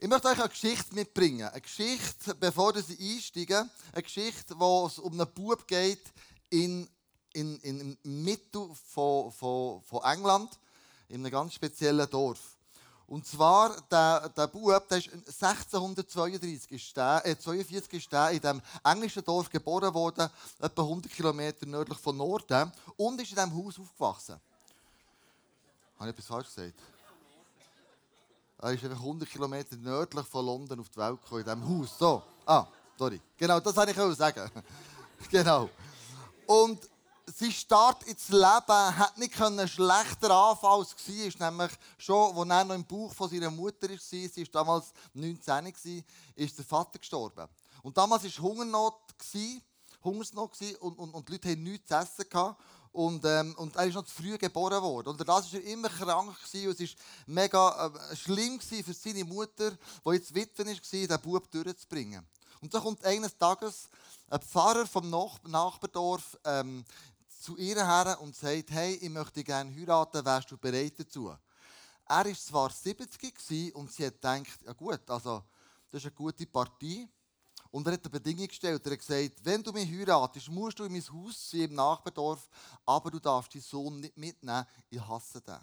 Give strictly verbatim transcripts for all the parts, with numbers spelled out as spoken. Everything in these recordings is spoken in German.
Ich möchte euch eine Geschichte mitbringen. Eine Geschichte, bevor Sie einsteigen. Eine Geschichte, wo es um einen Bub geht in, in, in, im Mittel von, von, von England, in einem ganz speziellen Dorf. Und zwar, der, der Bub, der ist sechzehnhundertzweiunddreißig, ist der, äh, zweiundvierzig ist der in diesem englischen Dorf geboren worden, etwa hundert Kilometer nördlich von Norden, und ist in diesem Haus aufgewachsen. Habe ich etwas falsch gesagt? Er ist einfach hundert Kilometer nördlich von London auf die Welt gekommen, in diesem Haus. So. Ah, sorry. Genau, das wollte ich auch sagen. Genau. Und sein Start ins Leben hat nicht schlechter anfangen, als es war. Nämlich schon, als er noch im Bauch von seiner Mutter war, sie war damals neunzehn, ist der Vater gestorben. Und damals war Hungernot, Hungersnot und, und, und die Leute hatten nichts zu essen gehabt. Und, ähm, und er ist noch zu früh geboren worden. Und das war er immer krank gewesen, und es war mega äh, schlimm für seine Mutter, die jetzt Witwe war, diesen Bub durchzubringen. Und so kommt eines Tages ein Pfarrer vom Nach- Nachbardorf ähm, zu ihr her und sagt: «Hey, ich möchte gerne heiraten, wärst du bereit dazu?» Er war zwar siebzig gewesen, und sie hat gedacht, ja gut, also, das ist eine gute Partie. Und er hat eine Bedingung gestellt. Er hat gesagt: «Wenn du mich heiratest, musst du in mein Haus ziehen im Nachbardorf, aber du darfst deinen Sohn nicht mitnehmen, ich hasse den.»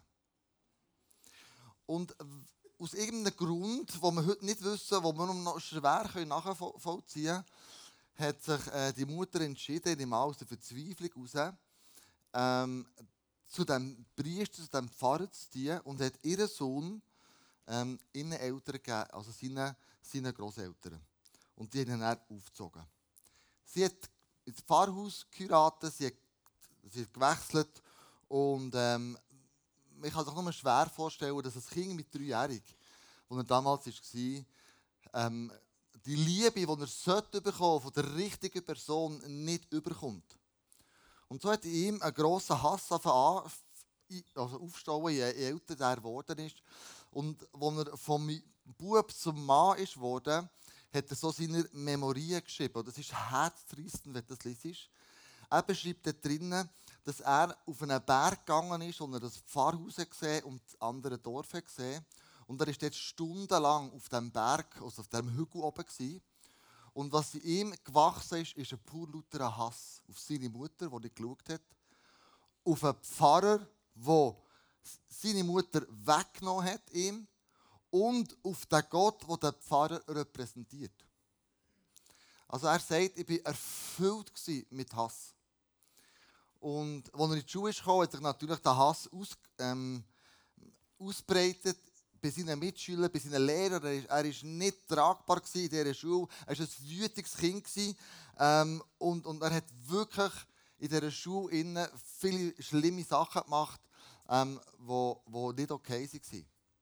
Und aus irgendeinem Grund, den wir heute nicht wissen, den wir noch schwer nachvollziehen können, hat sich äh, die Mutter entschieden, ihm aus der Verzweiflung heraus, ähm, zu dem Priester, zu dem Pfarrer zu ziehen, und hat ihren Sohn ähm, ihren Eltern gegeben, also seinen, seinen Grosseltern. Und die haben ihn dann aufgezogen. Sie hat ins Pfarrhaus geheiratet, sie hat, sie hat gewechselt, und ähm, ich kann sich nur schwer vorstellen, dass ein Kind mit dreijährig, als er damals war, ähm, die Liebe, die er sollte bekommen, von der richtigen Person nicht überkommt. Und so hat in ihm ein grosser Hass also aufgestaut, je älter er geworden ist. Und als er vom Bub zum Mann ist geworden, hat er so seine Memorien geschrieben. Das ist herzzerreißend, wenn du das liest. Er beschreibt dort drinnen, dass er auf einen Berg gegangen ist und er das Pfarrhaus gesehen und das andere Dorf gesehen. Und er war dort stundenlang auf diesem Berg, also auf diesem Hügel oben gewesen. Und was in ihm gewachsen ist, ist ein pur lauterer Hass auf seine Mutter, die nicht geschaut hat. Auf einen Pfarrer, der seine Mutter weggenommen hat, ihm. Und auf den Gott, der den Pfarrer repräsentiert. Also er sagt, ich war erfüllt mit Hass. Und als er in die Schule kam, hat sich natürlich der Hass aus, ähm, ausbreitet bei seinen Mitschülern, bei seinen Lehrern. Er war nicht tragbar in dieser Schule. Er war ein wütiges Kind. Ähm, und, und er hat wirklich in dieser Schule viele schlimme Sachen gemacht, ähm, die nicht okay waren.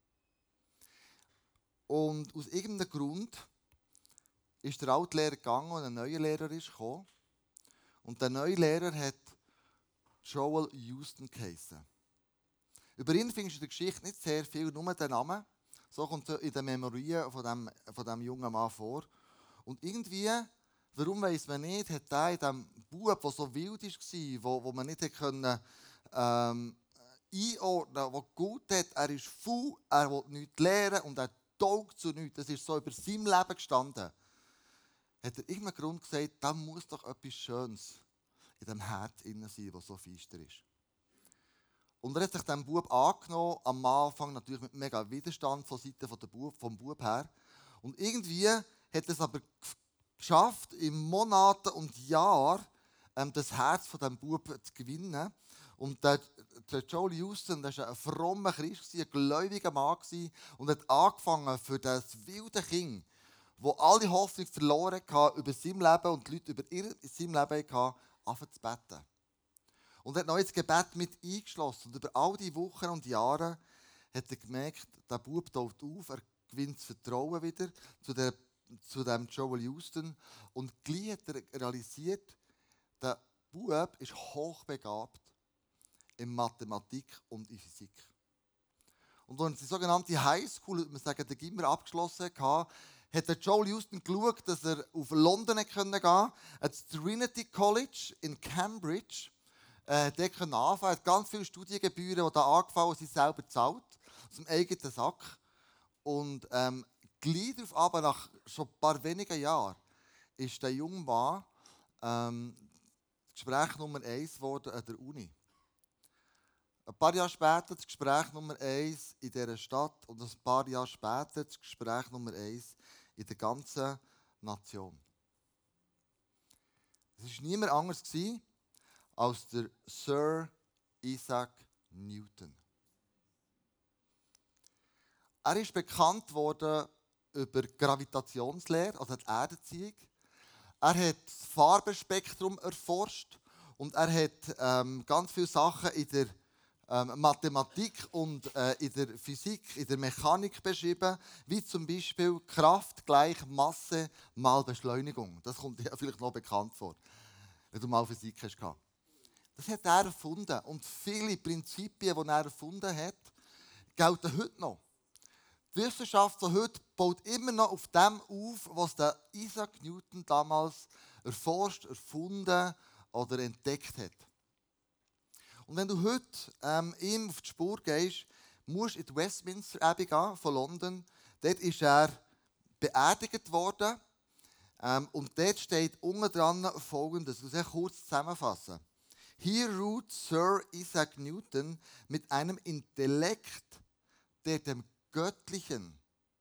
Und aus irgendeinem Grund ist der alte Lehrer gegangen und ein neuer Lehrer ist gekommen. Und der neue Lehrer hat Joel Houston geheissen. Über ihn findest du in der Geschichte nicht sehr viel, nur den Namen. So kommt es in den Memorien von diesem von dem jungen Mann vor. Und irgendwie, warum weiss man nicht, hat er in diesem Bub, der so wild war, wo, wo man nicht können, ähm, einordnen konnte, der gut hat, er ist faul, er will nichts lernen und er taugt zu nichts. Das ist so über seinem Leben gestanden. Hat er irgendeinen Grund gesagt, da muss doch etwas Schönes in dem Herz innen sein, das so feister ist. Und er hat sich dem Bub angenommen, am Anfang natürlich mit mega Widerstand von Seite vom Bub, vom Bub her. Und irgendwie hat er es aber geschafft, in Monaten und Jahren ähm, das Herz von dem Bub zu gewinnen. Und der, der Joel Houston, der war ein frommer Christ, ein gläubiger Mann und hat angefangen für das wilde Kind, wo alle Hoffnung verloren hatte über sein Leben und die Leute über ihr, sein Leben hatten, anfangen zu beten. Und er hat noch das Gebet mit eingeschlossen. Und über all die Wochen und Jahre hat er gemerkt, der Bub taucht auf, er gewinnt das Vertrauen wieder zu, der, zu dem Joel Houston. Und gleich hat er realisiert, der Bub ist hochbegabt in Mathematik und in Physik. Und als er die sogenannte Highschool, würde man sagen, den Gimmer abgeschlossen hatte, hat der Joel Houston geschaut, dass er auf London gehen konnte, ans Trinity College in Cambridge. Äh, dort können anfangen. Er hat ganz viele Studiengebühren, die da angefallen sind, selber gezahlt, aus dem eigenen Sack. Und ähm, gleich darauf aber nach schon ein paar wenigen Jahren, ist der junge Mann ähm, Gespräch Nummer eins geworden an der Uni. Ein paar Jahre später das Gespräch Nummer eins in dieser Stadt und ein paar Jahre später das Gespräch Nummer eins in der ganzen Nation. Es war niemand anders als der Sir Isaac Newton. Er ist bekannt worden über die Gravitationslehre, also die Erdenziehung. Er hat das Farbenspektrum erforscht und er hat ähm, ganz viele Sachen in der ähm, Mathematik und äh, in der Physik, in der Mechanik beschrieben, wie zum Beispiel Kraft gleich Masse mal Beschleunigung. Das kommt dir vielleicht noch bekannt vor, wenn du mal Physik hast. Das hat er erfunden und viele Prinzipien, die er erfunden hat, gelten heute noch. Die Wissenschaft von heute baut immer noch auf dem auf, was der Isaac Newton damals erforscht, erfunden oder entdeckt hat. Und wenn du heute ähm, ihm auf die Spur gehst, musst du in die Westminster Abbey gehen, von London. Dort ist er beerdigt worden. Ähm, und dort steht unten dran Folgendes, ich muss es kurz zusammenfassen. Hier ruht Sir Isaac Newton mit einem Intellekt, der dem Göttlichen,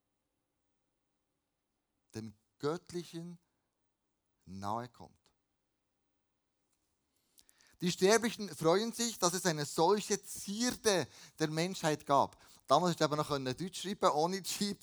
dem Göttlichen nahe kommt. Die Sterblichen freuen sich, dass es eine solche Zierde der Menschheit gab. Damals konnte ich aber noch Deutsch schreiben, ohne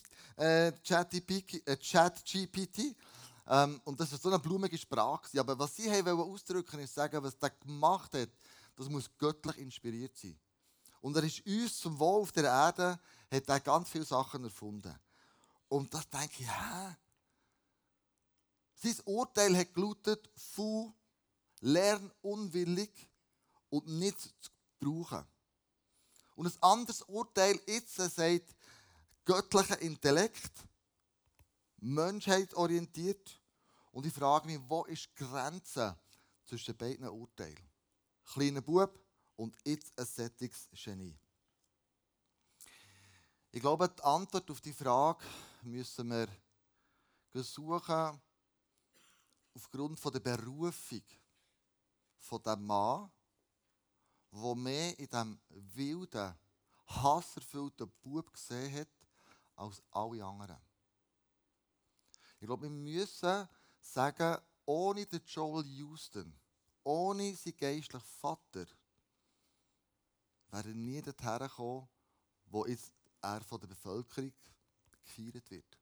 ChatGPT. Ähm, und das war so eine blumige Sprache. Aber was sie haben ausdrücken wollten, ist sagen, was er gemacht hat, das muss göttlich inspiriert sein. Und er ist uns zum Wohl auf der Erde, hat er ganz viele Sachen erfunden. Und das denke ich, hä? Sein Urteil hat gelautet, faul, lernunwillig und nicht zu brauchen. Und ein anderes Urteil jetzt sagt, göttlicher Intellekt, menschheitsorientiert. Und ich frage mich, wo ist die Grenze zwischen beiden Urteilen? Kleiner Bub und jetzt ein sättiges Genie. Ich glaube, die Antwort auf die Frage müssen wir suchen aufgrund von der Berufung von dem Mann, der mehr in diesem wilden, hasserfüllten Bub gesehen hat als alle anderen. Ich glaube, wir müssen sagen, ohne den Joel Houston, ohne seinen geistlichen Vater, wäre er nie dorthin gekommen, wo jetzt er von der Bevölkerung gefeiert wird.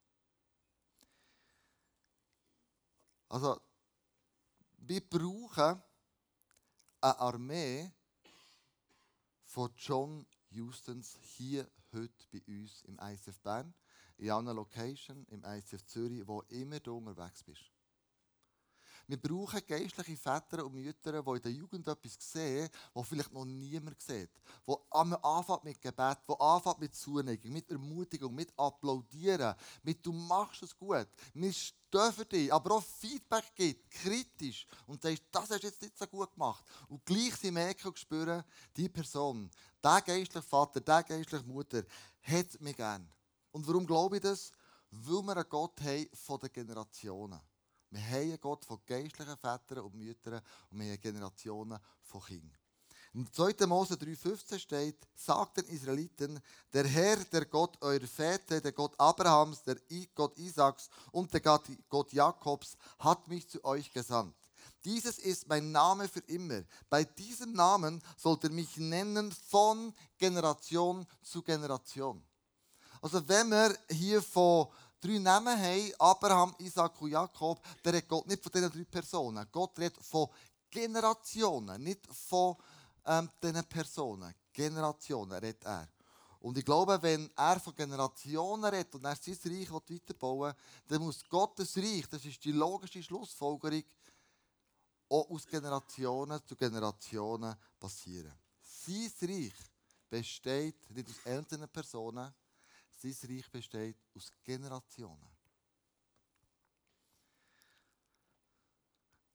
Also, wir brauchen eine Armee von John Houstons hier heute bei uns im I C F Bern, in einer Location im I C F Zürich, wo immer du unterwegs bist. Wir brauchen geistliche Väter und Mütter, die in der Jugend etwas sehen, was vielleicht noch niemand sieht. Die anfangen mit Gebet, die anfangen mit Zuneigung, mit Ermutigung, mit Applaudieren, mit «Du machst es gut». Wir stehen für dich, aber auch Feedback gibt, kritisch. Und sagst, das hast du jetzt nicht so gut gemacht. Und gleich sie merken und spüren, die Person, der geistliche Vater, der geistliche Mutter, hat mich gern. Und warum glaube ich das? Weil wir einen Gott haben von den Generationen. Wir haben einen Gott von geistlichen Vätern und Müttern und wir haben Generationen von Kindern. Im zweiten Mose drei fünfzehn steht, sagt den Israeliten, der Herr, der Gott eurer Väter, der Gott Abrahams, der Gott Isaaks und der Gott Jakobs hat mich zu euch gesandt. Dieses ist mein Name für immer. Bei diesem Namen sollt ihr mich nennen von Generation zu Generation. Also wenn wir hier von drei Namen haben, Abraham, Isaak und Jakob, der redet Gott nicht von diesen drei Personen. Gott redet von Generationen, nicht von ähm, diesen Personen. Generationen redet er. Und ich glaube, wenn er von Generationen redet und er sein Reich weiterbauen will, dann muss Gottes Reich, das ist die logische Schlussfolgerung, auch aus Generationen zu Generationen passieren. Sein Reich besteht nicht aus einzelnen Personen, sein Reich besteht aus Generationen. Und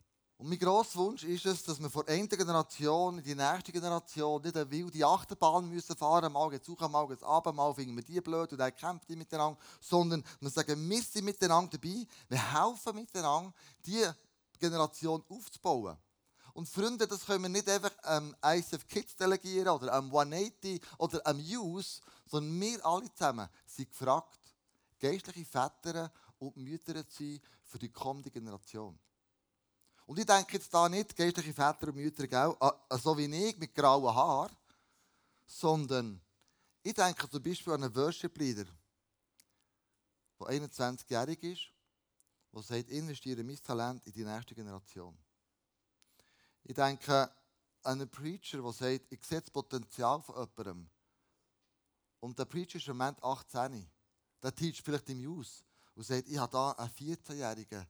Und mein grosser Wunsch ist es, dass wir von einer Generation in die nächste Generation nicht eine wilde Achterbahn müssen fahren, mal geht's hoch, mal geht's runter, mal finden wir die blöd und dann kämpfen die miteinander, sondern wir sagen, wir sind miteinander dabei, wir helfen miteinander, diese Generation aufzubauen. Und Freunde, das können wir nicht einfach ähm, I C F Kids delegieren oder am hundertachtzig oder am Youth, sondern wir alle zusammen sind gefragt, geistliche Väter und Mütter zu sein für die kommende Generation. Und ich denke jetzt da nicht geistliche Väter und Mütter, gell, so wie ich mit grauen Haaren, sondern ich denke zum Beispiel an einen Worship-Leader, der einundzwanzigjährig ist, der sagt, investiere mein Talent in die nächste Generation. Ich denke an einen Preacher, der sagt, ich sehe das Potenzial von jemandem. Und der Preacher ist im Moment achtzehn. Der teacht vielleicht im Youth und sagt, ich habe da einen vierzehnjährigen,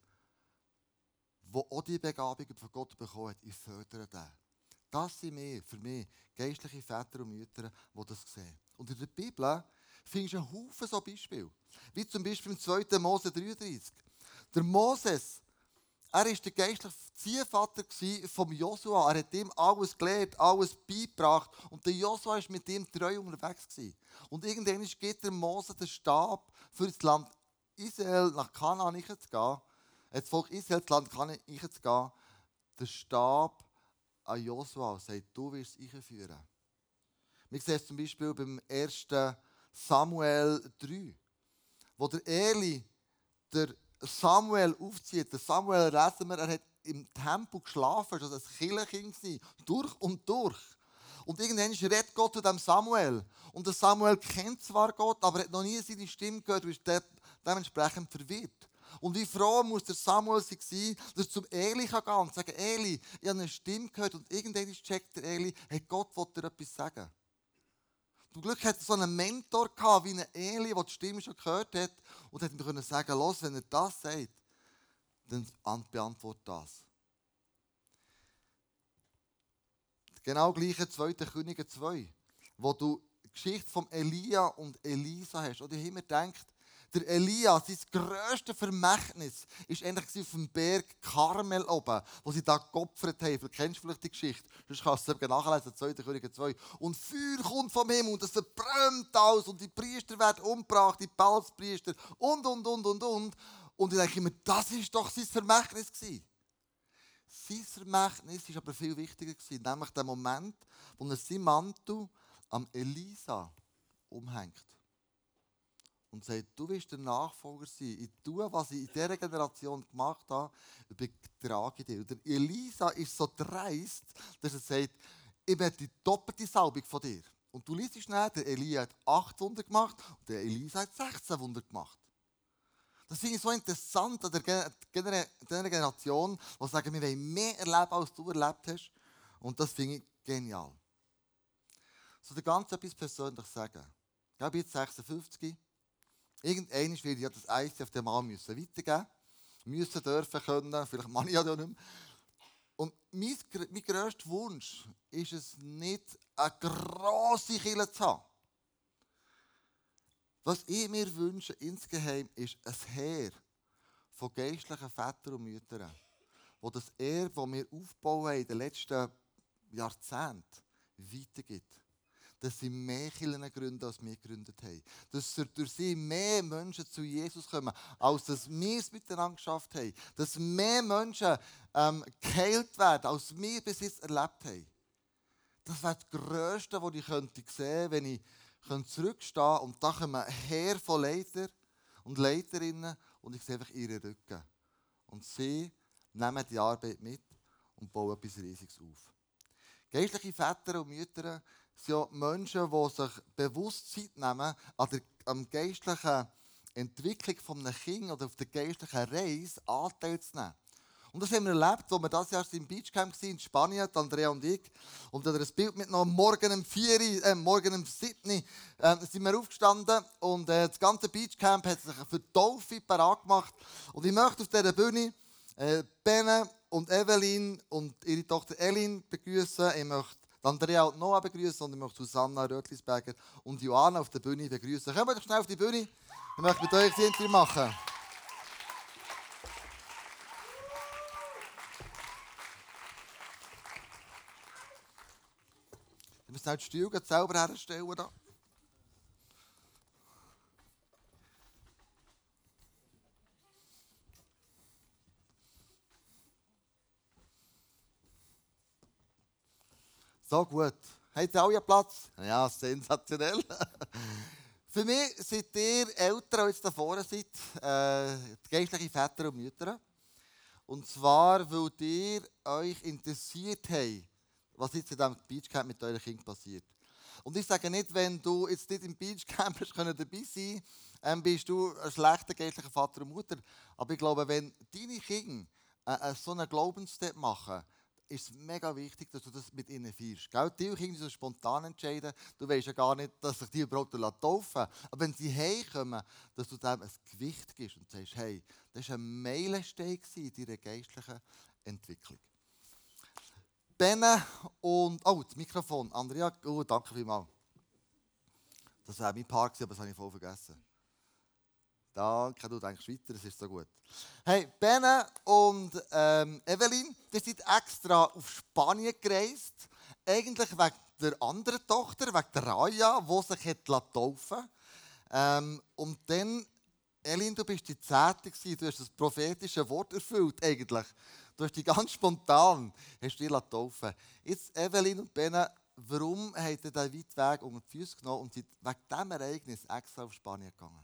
der auch die Begabungen von Gott bekommen hat. Ich fördere den. Das sind wir, für mich, geistliche Väter und Mütter, die das sehen. Und in der Bibel findest du einen Haufen so Beispiele. Wie zum Beispiel im zweiten Mose dreiunddreißig. Der Moses, er war der geistliche Ziehvater von Josua. Er hat ihm alles gelernt, alles beigebracht. Und der Josua war mit ihm treu unterwegs. Und irgendwann gibt der Mose den Stab für das Land Israel nach Kanaan zu gehen. Das Volk Israel, das Land Kanaan zu gehen. Der Stab an Josua und sagt, du wirst es einführen. Wir sehen es zum Beispiel beim ersten Samuel drei, wo der Eli der Samuel aufzieht. Der Samuel, lesen wir, er hat im Tempel geschlafen, also ein Kirchenkind war, durch und durch. Und irgendwann redet Gott zu dem Samuel. Und der Samuel kennt zwar Gott, aber hat noch nie seine Stimme gehört und ist dementsprechend verwirrt. Und wie froh muss der Samuel sein, dass er zum Eli gehen kann und sagen, Eli, ich habe eine Stimme gehört. Und irgendwann checkt der Eli, hey, Gott will dir etwas sagen. Zum Glück hatte er so einen Mentor gehabt, wie einen Eli, der die Stimme schon gehört hat. Und hat ihm sagen, los, wenn er das sagt, dann beantwortet das. Genau gleiche zweite Könige zwei, wo du die Geschichte von Elia und Elisa hast. Und ich habe mir gedacht, der Elia, sein grösstes Vermächtnis, war eigentlich auf dem Berg Karmel oben, wo sie da geopfert haben. Du kennst vielleicht die Geschichte, sonst kannst du es nachlesen, zweite Könige zwei. Und Feuer kommt vom Himmel und es verbrennt alles und die Priester werden umgebracht, die Balzpriester und, und, und, und, und. Und ich denke mir, das war doch sein Vermächtnis gewesen. Sein Vermächtnis war aber viel wichtiger gewesen, nämlich der Moment, wo er seinen Mantel am Elisa umhängt. Und sagt, du wirst der Nachfolger sein. Ich tue, was ich in dieser Generation gemacht habe, übertrage ich dir. Und der Elisa ist so dreist, dass er sagt, ich werde die doppelte Salbung von dir. Und du liest schnell, der Elia hat acht Wunder gemacht und der Elisa hat sechzehn Wunder gemacht. Das finde ich so interessant an der Generation, die sagen, wir wollen mehr erleben, als du erlebt hast. Und das finde ich genial. So, dir ganz etwas persönlich sagen. Ich bin jetzt sechsundfünfzig. Irgendwann werde ich ja das I C F dem Mann müssen weitergeben müssen, dürfen, können, vielleicht mache ich ja nicht mehr. Und mein, mein grösster Wunsch ist es nicht, eine grosse Kirche zu haben. Was ich mir wünsche insgeheim ist ein Heer von geistlichen Vätern und Müttern, die das Erbe, das wir aufbauen haben in den letzten Jahrzehnten, weitergibt. Dass sie mehr Kirchen gründen, als wir gegründet haben. Dass durch sie mehr Menschen zu Jesus kommen, als dass wir es miteinander geschafft haben. Dass mehr Menschen ähm, geheilt werden, als wir bis jetzt erlebt haben. Das wäre das Grösste, was ich könnte sehen, wenn ich zurückstehen könnte und da kommen ein Heer von Leiter und Leiterinnen und ich sehe einfach ihre Rücken. Und sie nehmen die Arbeit mit und bauen etwas Riesiges auf. Geistliche Väter und Mütter sind ja Menschen, die sich bewusst Zeit nehmen, an der an geistlichen Entwicklung eines Kindes oder auf der geistlichen Reise Anteil zu nehmen. Und das haben wir erlebt, als wir dieses Jahr im Beachcamp waren in Spanien, Andrea und ich. Und da hat er ein Bild mitgenommen, morgen um vier Uhr, äh, morgen um sieben Uhr äh, sind wir aufgestanden und äh, das ganze Beachcamp hat sich für die Taufe parat gemacht. Und ich möchte auf dieser Bühne äh, Bene und Evelyn und ihre Tochter Elin begrüßen. Ich möchte Andrea und Noah begrüßen und ich möchte Susanna Rötlisberger und Johanna auf der Bühne begrüßen. Kommt doch schnell auf die Bühne. Ich möchte mit euch das Interview machen. müssen auch die Stühle selber herstellen. Da. So gut. Habt ihr alle Platz? Ja, sensationell. Für mich seid ihr Eltern, die jetzt da vorne seid, äh, geistliche Väter und Mütter. Und zwar, weil ihr euch interessiert habt, was jetzt in diesem Beachcamp mit euren Kindern passiert. Und ich sage nicht, wenn du jetzt nicht im Beachcamp hast, können dabei sein, ähm, bist du ein schlechter geistlicher Vater und Mutter. Aber ich glaube, wenn deine Kinder äh, so einen Glaubensstep machen, ist es mega wichtig, dass du das mit ihnen feierst. Gell? Die Kinder so spontan entscheiden. Du weißt ja gar nicht, dass sich die überhaupt taufen lassen. Aber wenn sie heimkommen, dass du dem ein Gewicht gibst und sagst, hey, das war ein Meilenstein in deiner geistlichen Entwicklung. Benne und... Oh, das Mikrofon. Andrea, oh, danke vielmals. Das war mein Part, aber das habe ich voll vergessen. Danke, du denkst weiter, das ist so gut. Hey, Benne und ähm, Evelyn, ihr seid extra auf Spanien gereist. Eigentlich wegen der anderen Tochter, wegen der Raya, die sich hat taufen lassen. Ähm, und dann, Evelyn, du bist die Zehnte gewesen, du hast das prophetische Wort erfüllt eigentlich. Du hast dich ganz spontan hast dich taufen lassen. Jetzt, Evelyn und Benne, warum habt ihr diesen weiten Weg unter die Füße genommen und seid wegen diesem Ereignis extra auf Spanien gegangen?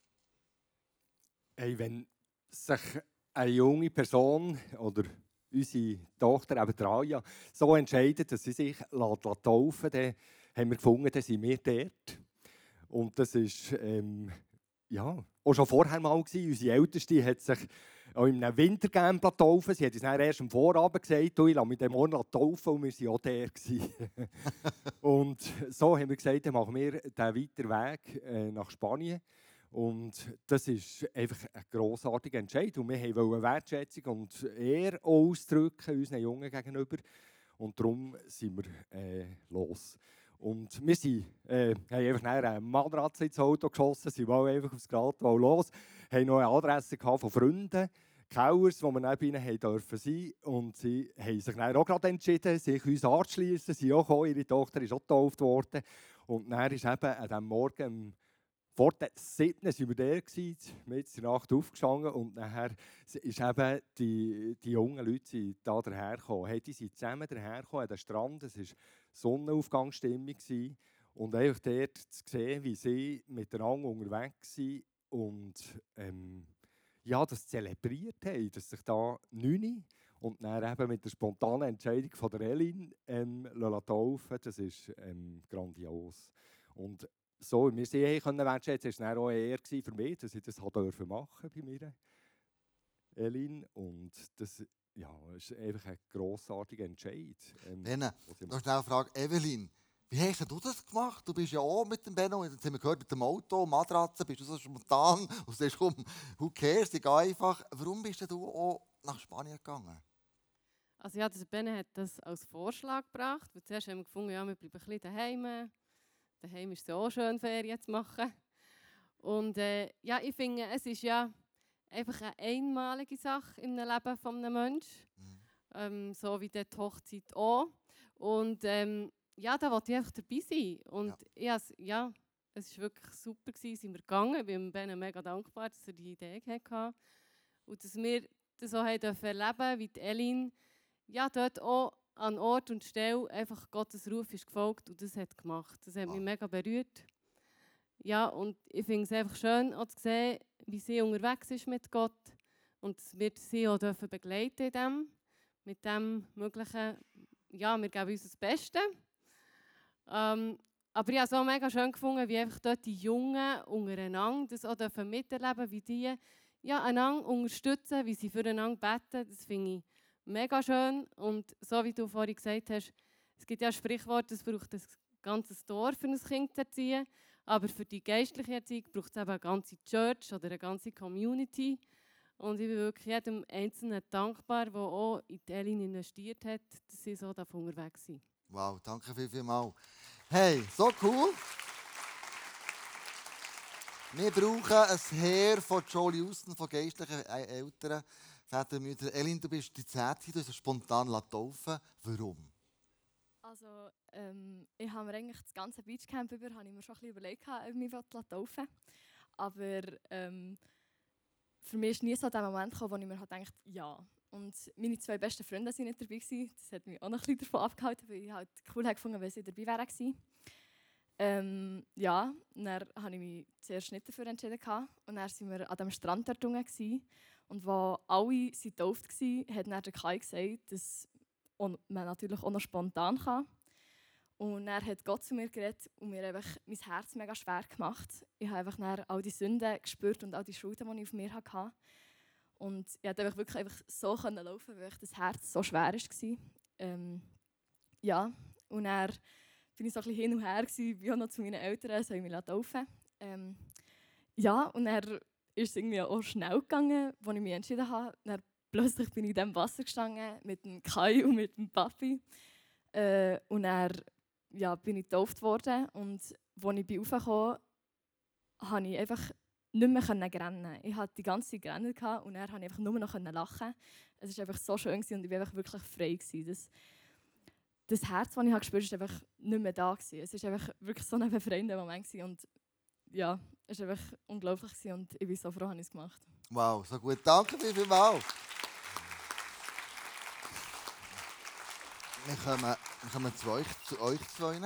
Hey, wenn sich eine junge Person oder unsere Tochter, eben Raya, so entscheidet, dass sie sich taufen lässt, dann haben wir gefunden, dass sind wir dort. Und das war ähm, ja, auch schon vorher mal gewesen. Unsere Älteste hat sich auch in einem Wintercamp taufen. Sie hat uns dann erst am Vorabend gesagt, ich lasse mich den Morgen taufen, und wir waren auch der. Und so haben wir gesagt, dann machen wir den weiteren Weg äh, nach Spanien. Und das ist einfach ein grossartiger Entscheid. Und wir wollten Wertschätzung und Ehre ausdrücken unseren Jungen gegenüber. Und darum sind wir äh, los. Und wir sind, äh, haben einfach eine Matratze ins Auto geschossen, sind mal einfach aufs Gratwald los, haben noch eine Adresse von Freunden, Kauers, wo wir neben ihnen sein durften. Und sie haben sich dann auch gerade entschieden, sich uns anzuschliessen. Sie auch gekommen, ihre Tochter ist auch getauft worden. Und dann ist eben an diesem Morgen, vor der siebten sind wir da, wir sind in der Nacht aufgestanden und nachher ist eben die, die jungen Leute da dahergekommen. Hey, die sind zusammen dahergekommen an den Strand, es war Sonnenaufgangsstimmung und einfach dort zu sehen, wie sie miteinander unterwegs sind und ähm, ja, das zelebriert haben, dass sich da neun und dann eben mit der spontanen Entscheidung von der Elin ähm, taufen, das ist ähm, grandios. Und so, wir sie können wertschätzen, es war auch eine Ehre für mich, dass ich das machen durfte bei mir, Elin. Und das ja, ist einfach ein grossartiger Entscheid. Ähm, Benne, noch schnell eine Frage. Evelyn, wie hast du das gemacht? Du bist ja auch mit dem Benno, jetzt haben wir gehört, mit dem Auto, Matratze, bist du so spontan und sagst, komm, who cares, ich gehe einfach. Warum bist du auch nach Spanien gegangen? Also ja, der Benne hat das als Vorschlag gebracht. Weil zuerst haben wir gefunden, ja, wir bleiben ein bisschen daheim. Daheim ist es auch schön, Ferien zu machen. Und äh, ja, ich finde, es ist ja einfach eine einmalige Sache im Leben eines Menschen. Mhm. Ähm, so wie die Hochzeit auch. Und ähm, ja, da wollte ich einfach dabei sein. Und ja, ja es war wirklich super, gewesen, sind wir gegangen. Ich bin Ben mega dankbar, dass er die Idee hatte. Und dass wir das auch erleben durften, wie die Elin ja, dort auch an Ort und Stelle einfach Gottes Ruf ist gefolgt und das hat gemacht. Das hat wow. mich mega berührt. Ja, und ich finde es einfach schön, auch zu sehen, wie sie unterwegs ist mit Gott und dass wir sie auch dürfen begleiten in dem, mit dem Möglichen. Ja, wir geben uns das Beste. Ähm, aber ich habe es auch mega schön gefunden, wie einfach dort die Jungen untereinander das auch dürfen miterleben, wie die ja, einander unterstützen, wie sie füreinander beten. Das finde ich mega schön. Und so wie du vorhin gesagt hast, es gibt ja ein Sprichwort, es braucht ein ganzes Dorf, für ein Kind zu erziehen. Aber für die geistliche Erziehung braucht es eben eine ganze Church oder eine ganze Community. Und ich bin wirklich jedem Einzelnen dankbar, der auch in die Elin investiert hat, dass sie so davon unterwegs sind. Wow, danke viel, viel mal. Hey, so cool. Wir brauchen ein Heer von Jolie Houston, von geistlichen Eltern, Väter und Mütter. Elin, du bist die Zehnte, du hast spontan taufen. Warum? Also, ähm, ich habe mir eigentlich das ganze Beachcamp über, habe ich mir schon ein bisschen überlegt, ob ich mich taufen will. Aber ähm, für mich ist nie so der Moment gekommen, wo ich mir halt dachte, ja. Und meine zwei besten Freunde waren nicht dabei gewesen. Das hat mich auch noch ein bisschen davon abgehalten, weil ich halt cool gefunden, wenn sie dabei wären. Ähm, ja, dann habe ich mich zuerst nicht dafür entschieden. Und dann waren wir an diesem Strand dort unten. Und als alle getauft waren, hat dann der Kai gesagt, dass man natürlich auch noch spontan kann. Und dann hat Gott zu mir geredet und mir einfach mein Herz mega schwer gemacht. Ich habe einfach dann all die Sünden gespürt und all die Schulden, die ich auf mir hatte. Und ich konnte einfach wirklich einfach so laufen, weil das Herz so schwer war. Ähm, ja, und dann bin ich so ein bisschen hin und her, bin auch noch zu meinen Eltern, soll ich mich taufen. Ähm, ja, und dann ist es irgendwie auch schnell gegangen, als ich mich entschieden habe. Dann plötzlich bin ich in diesem Wasser gestanden mit dem Kai und mit dem Papi. Äh, und dann ja, bin ich getauft worden. Und als ich raufkam, konnte ich einfach nicht mehr rennen. Ich hatte die ganze Zeit gerannt und dann konnte ich einfach nur noch lachen. Es war einfach so schön und ich war einfach wirklich frei. Das, das Herz, das ich gespürt habe, war einfach nicht mehr da. Es war einfach wirklich so ein befreiender Moment. Und ja, es war einfach unglaublich und ich bin so froh, dass ich es gemacht habe. Wow, so gut. Danke vielmals. Wir kommen, wir kommen zu euch, zu euch zwei.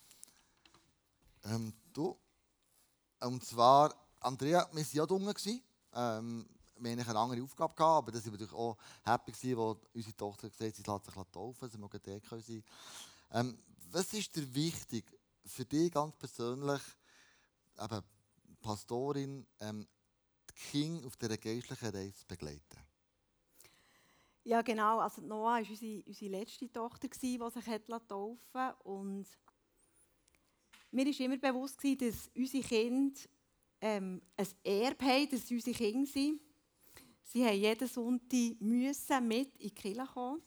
Ähm, du. Und zwar, Andrea, wir waren ja da unten. Ähm, wir hatten eine andere Aufgabe, gehabt, aber das waren wir natürlich auch happy, als unsere Tochter gesagt hat, sie lässt sich taufen, sie mag dort sein. Ähm, was ist dir wichtig für dich ganz persönlich, eben Pastorin, ähm, die Kinder auf dieser geistlichen Reise zu begleiten? Ja, genau. Also Noah war unsere, unsere letzte Tochter, die sich taufen ließ. Und mir war immer bewusst, dass unsere Kinder ähm, ein Erbe haben, dass sie unsere Kinder sind. Sie mussten jeden Sonntag müssen mit in die Kirche kommen.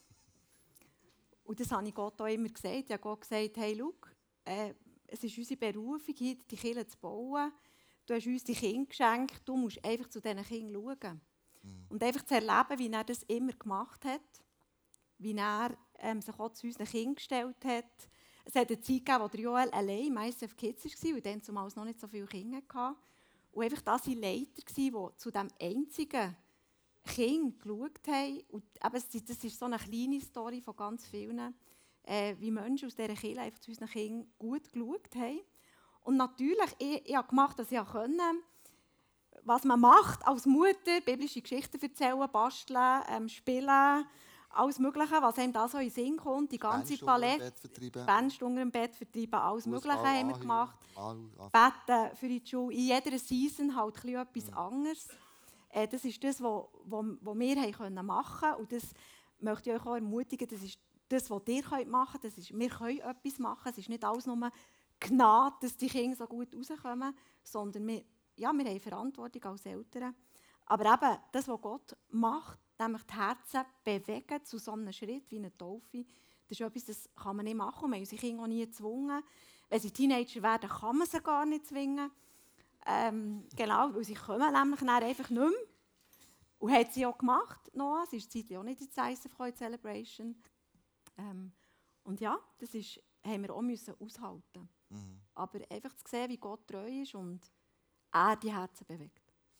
Und das habe ich Gott auch immer gesagt. Ich habe Gott gesagt, hey, schau, äh, es ist unsere Berufung, hier die Kirche zu bauen. Du hast uns die Kinder geschenkt, du musst einfach zu diesen Kindern schauen. Mhm. Und einfach zu erleben, wie er das immer gemacht hat, wie er ähm, sich auch zu unseren Kindern gestellt hat. Es hat eine Zeit gegeben, wo Joel allein im I S F Kids war und dann zumal noch nicht so viele Kinder hatte. Und einfach das waren Leiter, die zu diesem einzigen Kind geschaut haben. Und eben, das ist so eine kleine Story von ganz vielen, äh, wie Menschen aus dieser Kirche einfach zu unseren Kindern gut geschaut haben. Und natürlich, ich, ich habe gemacht, was ich konnte. Was man macht als Mutter, biblische Geschichten erzählen, basteln, ähm, spielen, alles Mögliche, was einem da so in den Sinn kommt, die ganze Palette, Bände unter dem Bett vertreiben, alles Mögliche haben wir gemacht. Beten für die Schule, in jeder Season halt etwas mhm. anderes. Äh, das ist das, was wir machen können. Und das möchte ich euch auch ermutigen, das ist das, was ihr machen könnt. Das ist, wir können etwas machen, es ist nicht alles nur Gnade, dass die Kinder so gut rauskommen, sondern wir, ja, wir haben Verantwortung als Eltern. Aber eben, das, was Gott macht, nämlich die Herzen bewegen zu so einem Schritt wie eine Taufe, das ist etwas, das kann man nicht machen. Wir haben unsere Kinder auch nie gezwungen. Wenn sie Teenager werden, kann man sie gar nicht zwingen. Ähm, genau, weil sie kommen nämlich dann einfach nicht mehr. Und hat sie auch gemacht, Noah. Sie ist zeitlich auch nicht ins I S F gekommen, Celebration. Ähm, und ja, das ist, haben wir auch müssen aushalten. Mhm. Aber einfach zu sehen, wie Gott treu ist und er die Herzen bewegt.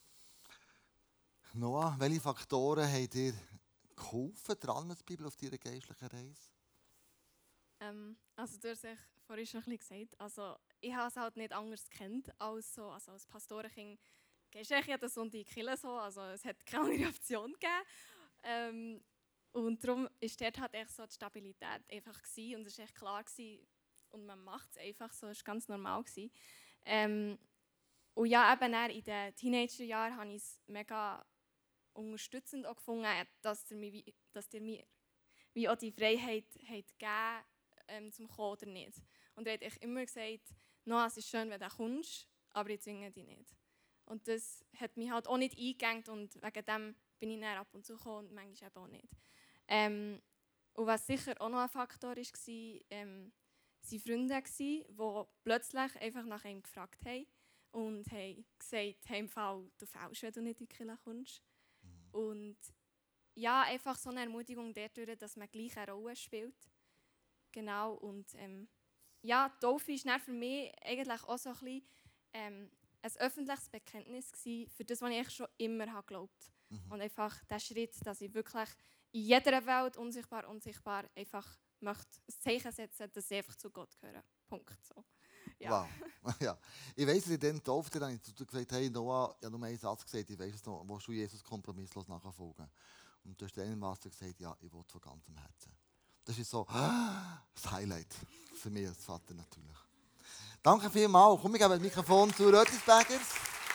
Noah, welche Faktoren haben dir geholfen, dran mit der Bibel auf deiner geistlichen Reise? Ähm, also du hast es vorhin schon ein bisschen gesagt. Also, ich habe es halt nicht anders gekannt als so. Also als Pastorenkind gehst du jeden Sonntag in die Kirche so. Also es hat keine andere Option gegeben. Ähm, und darum war dort halt echt so die Stabilität einfach gewesen. Und es war echt klar gewesen, und man macht es einfach so, es war ganz normal gewesen. Ähm, und ja, eben in den Teenagerjahren habe ich es mega unterstützend auch gefunden, dass ihr mir, dass ihr mir wie auch die Freiheit habt gegeben, ähm, zum Kommen oder nicht. Und er hat immer gesagt, no, es ist schön, wenn du kommst, aber ich zwinge dich nicht. Und das hat mich halt auch nicht eingegangen und wegen dem bin ich dann ab und zu gekommen und manchmal eben auch nicht. Ähm, und was sicher auch noch ein Faktor war, ähm, waren Freunde, die plötzlich einfach nach ihm gefragt haben und haben gesagt, hey, im Fall, du fällst, wenn du nicht in die Kirche kommst. Mhm. Und ja, einfach so eine Ermutigung dadurch, dass man gleich eine Rolle spielt. Genau, und ähm, ja, die Taufe war dann für mich eigentlich auch so ein bisschen ähm, ein öffentliches Bekenntnis gewesen für das, was ich eigentlich schon immer habe geglaubt habe. Mhm. Und einfach der Schritt, dass ich wirklich in jeder Welt, unsichtbar, unsichtbar, einfach möchte ein Zeichen setzen, dass ich einfach zu Gott gehöre. Punkt. So. Ja. Wow. Ja. Ich weiss, in den Taufe habe ich zu dir gesagt, hey Noah, ich habe nur einen Satz gesagt, ich weiss es noch, willst du Jesus kompromisslos nachfolgen? Und du hast dann im Wasser gesagt, ja, ich will von ganzem Herzen. Das ist so das Highlight für mich als Vater natürlich. Danke vielmals. Komm, ich gebe das Mikrofon zu Rötlisbergers.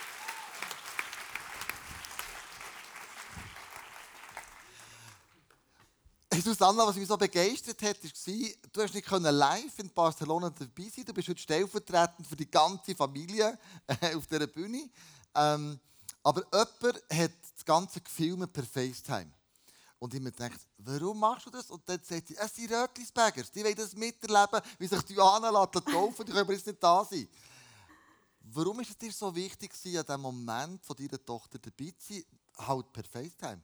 Susanna, was mich so begeistert hat, war, du hast nicht live in Barcelona dabei sein. Du bist heute stellvertretend für die ganze Familie äh, auf dieser Bühne. Ähm, aber jemand hat das Ganze gefilmt per FaceTime. Und ich mir gedacht, warum machst du das? Und dann sagt sie, es sind Rötlisbergers, die wollen das miterleben, wie sich die Johanna taufen, die können aber jetzt nicht da sein. Warum war es dir so wichtig, an diesem Moment von deiner Tochter dabei zu sein, halt per FaceTime?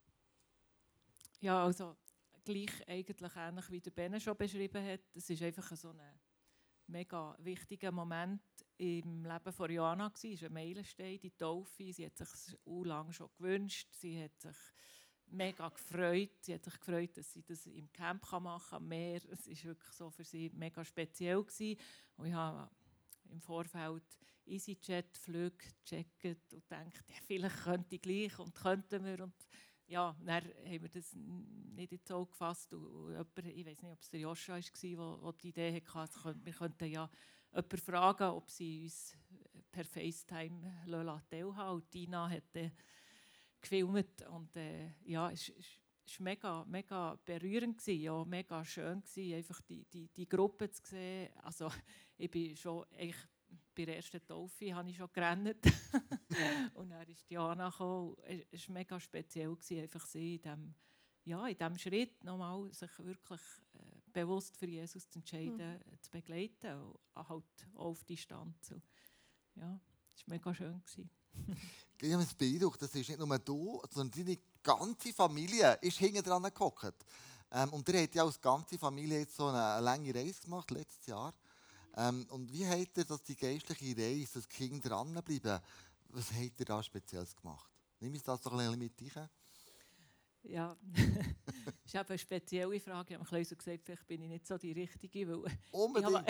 Ja, also gleich eigentlich ähnlich wie der Benne schon beschrieben hat. Es ist einfach so ein mega wichtiger Moment im Leben von Johanna. Es war ein Meilenstein, die Taufe. Sie hat sich so lange schon gewünscht. Sie hat sich mega gefreut. Sie hat sich gefreut, dass sie das im Camp machen kann, am Meer. Es war wirklich so für sie mega speziell gewesen. Und ich habe im Vorfeld EasyJet-Flüge gecheckt und gedacht, ja, vielleicht könnte ich gleich und könnten wir. Und ja, dann haben wir das nicht ins Auge gefasst. Und jemand, ich weiß nicht, ob es der Joscha war, der die Idee hatte, wir könnten ja jemanden fragen, ob sie uns per FaceTime teilhaben lassen. Und Tina hat dann gefilmt und äh, ja, es war mega, mega berührend gewesen, ja, mega schön gewesen, einfach die, die, die Gruppe zu sehen. Also ich bin schon eigentlich bei der ersten Taufe habe ich schon gerannt und dann ist Diana gekommen. Es war mega speziell gewesen, einfach sie in diesem ja, in diesem Schritt nochmal sich wirklich äh, bewusst für Jesus zu entscheiden, mhm. zu begleiten, und halt auch auf Distanz. Ja, das war mega schön gewesen. Ich habe mich beeindruckt, das ist nicht nur du, sondern deine ganze Familie ist hinten dran gehockt. Ähm, und ihr habt ja als ganze Familie jetzt so eine, eine lange Reise gemacht, letztes Jahr. Ähm, und wie habt ihr das, die geistliche Reise, das Kind dranbleiben, was habt ihr da Spezielles gemacht? Nimm uns das doch ein bisschen mit rein. Ja, das ist eben eine spezielle Frage. Ich habe mir so gesagt, vielleicht bin ich nicht so die Richtige, weil Unbedingt.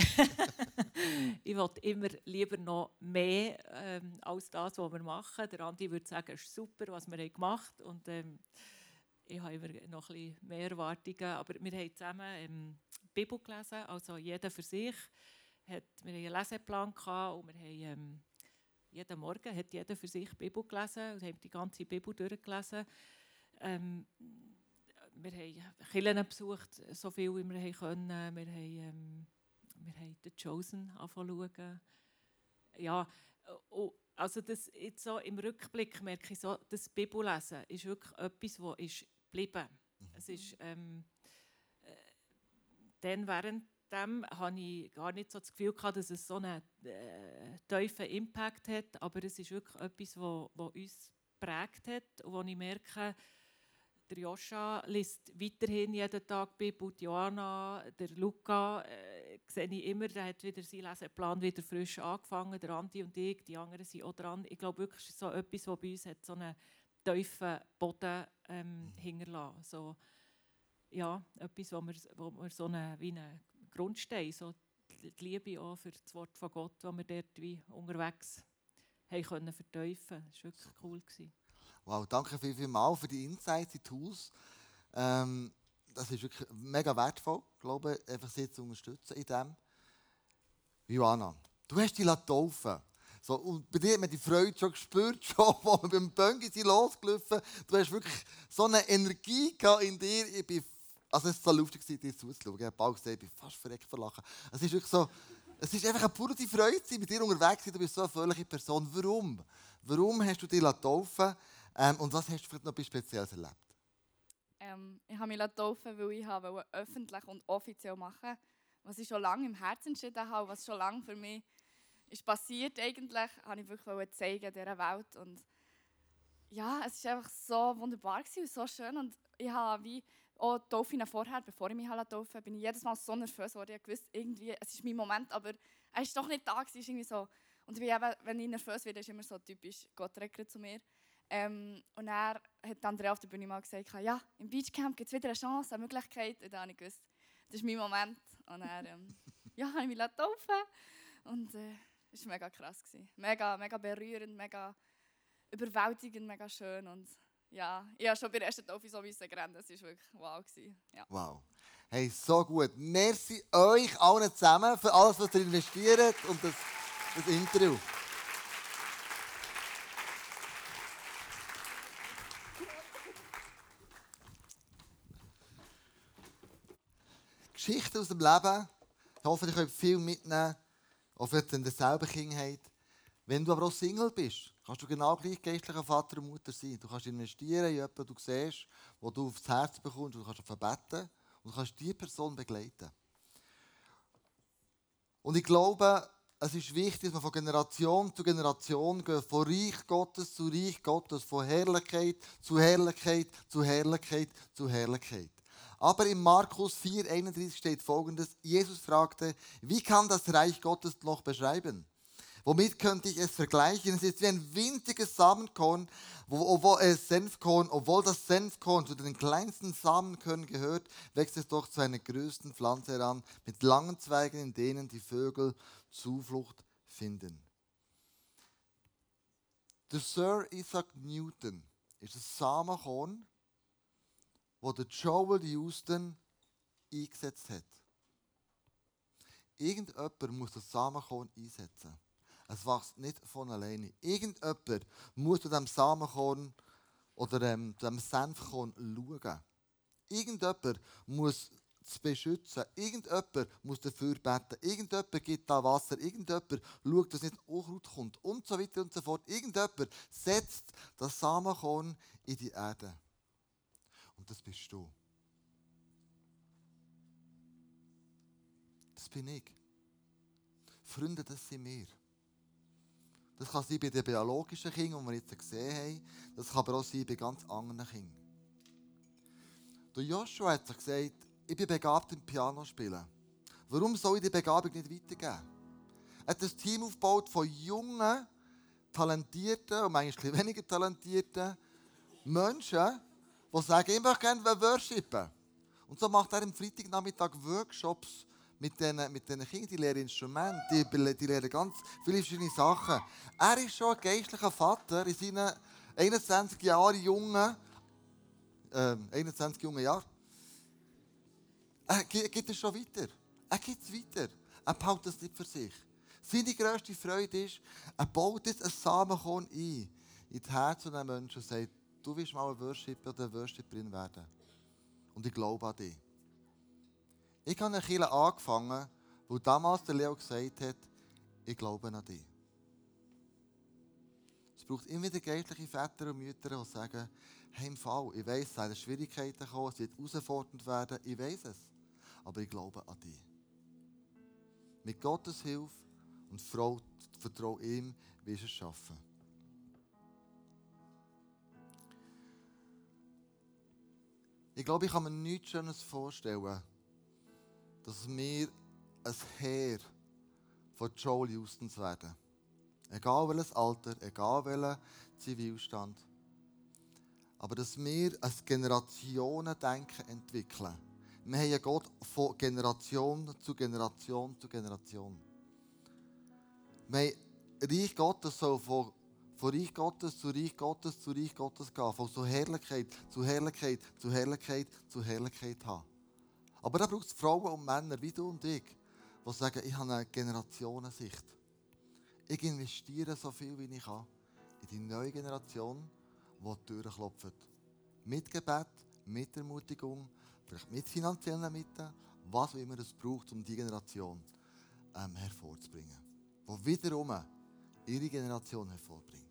ich will immer lieber noch mehr ähm, als das, was wir machen. Der Andi würde sagen, es ist super, was wir haben gemacht haben. Und ähm, ich habe immer noch ein bisschen mehr Erwartungen. Aber wir haben zusammen ähm, die Bibel gelesen, also jeder für sich. Hat, wir hatten einen Leseplan gehabt und wir haben, ähm, jeden Morgen hat jeder für sich die Bibel gelesen und haben die ganze Bibel durchgelesen. Ähm, wir haben Kirchen besucht, so viel wie wir können. Wir haben, ähm, wir haben «The Chosen» angefangen. Ja, also das jetzt so im Rückblick merke ich so, das Bibellesen ist wirklich etwas, das ist geblieben. Mhm. Es ist, ähm, äh, dann während dem hatte ich gar nicht so das Gefühl gehabt, dass es so einen äh, tiefen Impact hat, aber es ist wirklich etwas, das uns geprägt hat und wo ich merke, der Joscha liest weiterhin jeden Tag Bibel, die Johanna, der Luca, äh, sehe ich immer, der hat wieder seinen Leseplan wieder frisch angefangen, der Andi und ich, die anderen sind auch dran. Ich glaube wirklich, es ist so etwas, was bei uns hat so einen tiefen Boden ähm, hinterlassen. So, ja, etwas, wo wir, wo wir so eine, wie einen Grundstein, so die Liebe auch für das Wort von Gott, das wir dort wie unterwegs haben können vertiefen. Das war wirklich cool gewesen. Wow, danke viel, viel mal für die Insights, die Tools. Ähm, das ist wirklich mega wertvoll, glaube ich, einfach sie zu unterstützen in dem. Johanna, du hast dich taufen. So, und bei dir hat man die Freude schon gespürt, schon, als wir beim Böngi sind losgelaufen. Du hast wirklich so eine Energie in dir. Ich bin, also es war so lustig, dir zuzuschauen. Ich habe bald gesagt, ich bin fast verreckt vor Lachen. Es ist wirklich so, es ist einfach eine pure Freude, mit dir unterwegs zu sein. Du bist so eine fröhliche Person. Warum? Warum hast du dich taufen? Ähm, und was hast du vielleicht noch etwas Spezielles erlebt? Ähm, ich habe mich taufen, weil ich wollte öffentlich und offiziell machen, was ich schon lange im Herzen entschieden habe, was schon lange für mich ist passiert eigentlich, habe ich wirklich zeigen dieser Welt. Und ja, es war einfach so wunderbar und so schön. Und ich habe wie auch die Taufe vorher, bevor ich mich taufen lasse, bin ich jedes Mal so nervös geworden. Ich wusste irgendwie, es ist mein Moment, aber er ist doch nicht da gewesen, ist irgendwie so. Und ich bin eben, wenn ich nervös werde, ist immer so typisch, Gott redet zu mir. Ähm, und er hat Andrea auf der Bühne mal gesagt, ja, im Beachcamp gibt es wieder eine Chance, eine Möglichkeit. Und dann habe ich gewusst, das ist mein Moment. Und dann ähm, ja, habe ich mich taufen. Und äh, es war mega krass. Gewesen. Mega, mega berührend, mega überwältigend, mega schön. Und ja, ich habe schon bei der ersten Taufe so gerannt. Das war wirklich wow. Gewesen. Ja. Wow. Hey, so gut. Merci euch allen zusammen für alles, was ihr investiert und das, das Interview. Geschichten aus dem Leben. Ich hoffe, ihr könnt viel mitnehmen, auch vielleicht in derselben Kindheit. Wenn du aber auch Single bist, kannst du genau gleich geistlicher Vater und Mutter sein. Du kannst investieren in jemanden, du siehst, wo du aufs Herz bekommst, und du kannst beten und du kannst diese Person begleiten. Und ich glaube, es ist wichtig, dass wir von Generation zu Generation gehen, von Reich Gottes zu Reich Gottes, von Herrlichkeit zu Herrlichkeit zu Herrlichkeit zu Herrlichkeit. Aber in Markus vier einunddreißig steht Folgendes: Jesus fragte, wie kann das Reich Gottes noch beschreiben? Womit könnte ich es vergleichen? Es ist wie ein winziges Samenkorn, wo, obwohl, äh, Senfkorn, obwohl das Senfkorn zu den kleinsten Samenkörnern gehört, wächst es doch zu einer größten Pflanze heran, mit langen Zweigen, in denen die Vögel Zuflucht finden. Der Sir Isaac Newton ist ein Samenkorn, wo der Joel Houston eingesetzt hat. Irgendjemand muss das Samenkorn einsetzen. Es wächst nicht von alleine. Irgendjemand muss zu diesem Samenkorn oder ähm, diesem Senfkorn schauen. Irgendjemand muss es beschützen. Irgendjemand muss dafür beten. Irgendjemand gibt da Wasser. Irgendjemand schaut, dass nicht Unkraut kommt. Und so weiter und so fort. Irgendjemand setzt das Samenkorn in die Erde. Und das bist du. Das bin ich. Freunde, das sind wir. Das kann sein bei den biologischen Kindern, die wir jetzt gesehen haben. Das kann aber auch sein bei ganz anderen Kindern. Der Joshua hat sich gesagt, ich bin begabt im Pianospielen. Warum soll ich die Begabung nicht weitergeben? Er hat ein Team aufgebaut von jungen, talentierten und manchmal weniger talentierten Menschen, die sagen, ich möchte gerne worshipen. Und so macht er am Freitagnachmittag Workshops mit diesen mit den Kindern, die lernen Instrumente, die, die lernen ganz viele verschiedene Sachen. Er ist schon ein geistlicher Vater in seinen einundzwanzig Jahren jungen, äh, einundzwanzig jungen Jahren. Er gibt es schon weiter. Er gibt es weiter. Er baut das nicht für sich. Seine grösste Freude ist, er baut jetzt ein Samenkorn ein in das Herz der Menschen und sagt, du willst mal ein Worshipper oder eine Worshipperin werden. Und ich glaube an dich. Ich habe eine Kirche angefangen, wo damals der Leo gesagt hat, ich glaube an dich. Es braucht immer wieder geistliche Väter und Mütter, die sagen, hey, im Fall, ich weiss, es werden Schwierigkeiten kommen, es wird herausfordernd werden, ich weiss es. Aber ich glaube an dich. Mit Gottes Hilfe und vertraue ihm, wirst du es schaffen. Ich glaube, ich kann mir nichts Schönes vorstellen, dass wir ein Heer von Joel Houstons werden. Egal welches Alter, egal welcher Zivilstand. Aber dass wir ein Generationendenken entwickeln. Wir haben ja Gott von Generation zu Generation zu Generation. Wir haben Reich Gottes soll von, von Reich Gottes zu Reich Gottes zu Reich Gottes gehen. Von so Herrlichkeit zu Herrlichkeit zu Herrlichkeit zu Herrlichkeit haben. Aber da braucht es Frauen und Männer wie du und ich, die sagen, ich habe eine Generationensicht. Ich investiere so viel, wie ich kann, in die neue Generation, die die Türen klopft. Mit Gebet, mit Ermutigung, vielleicht mit finanziellen Mitteln, was auch immer es braucht, um diese Generation ähm, hervorzubringen. Die wiederum ihre Generation hervorbringt.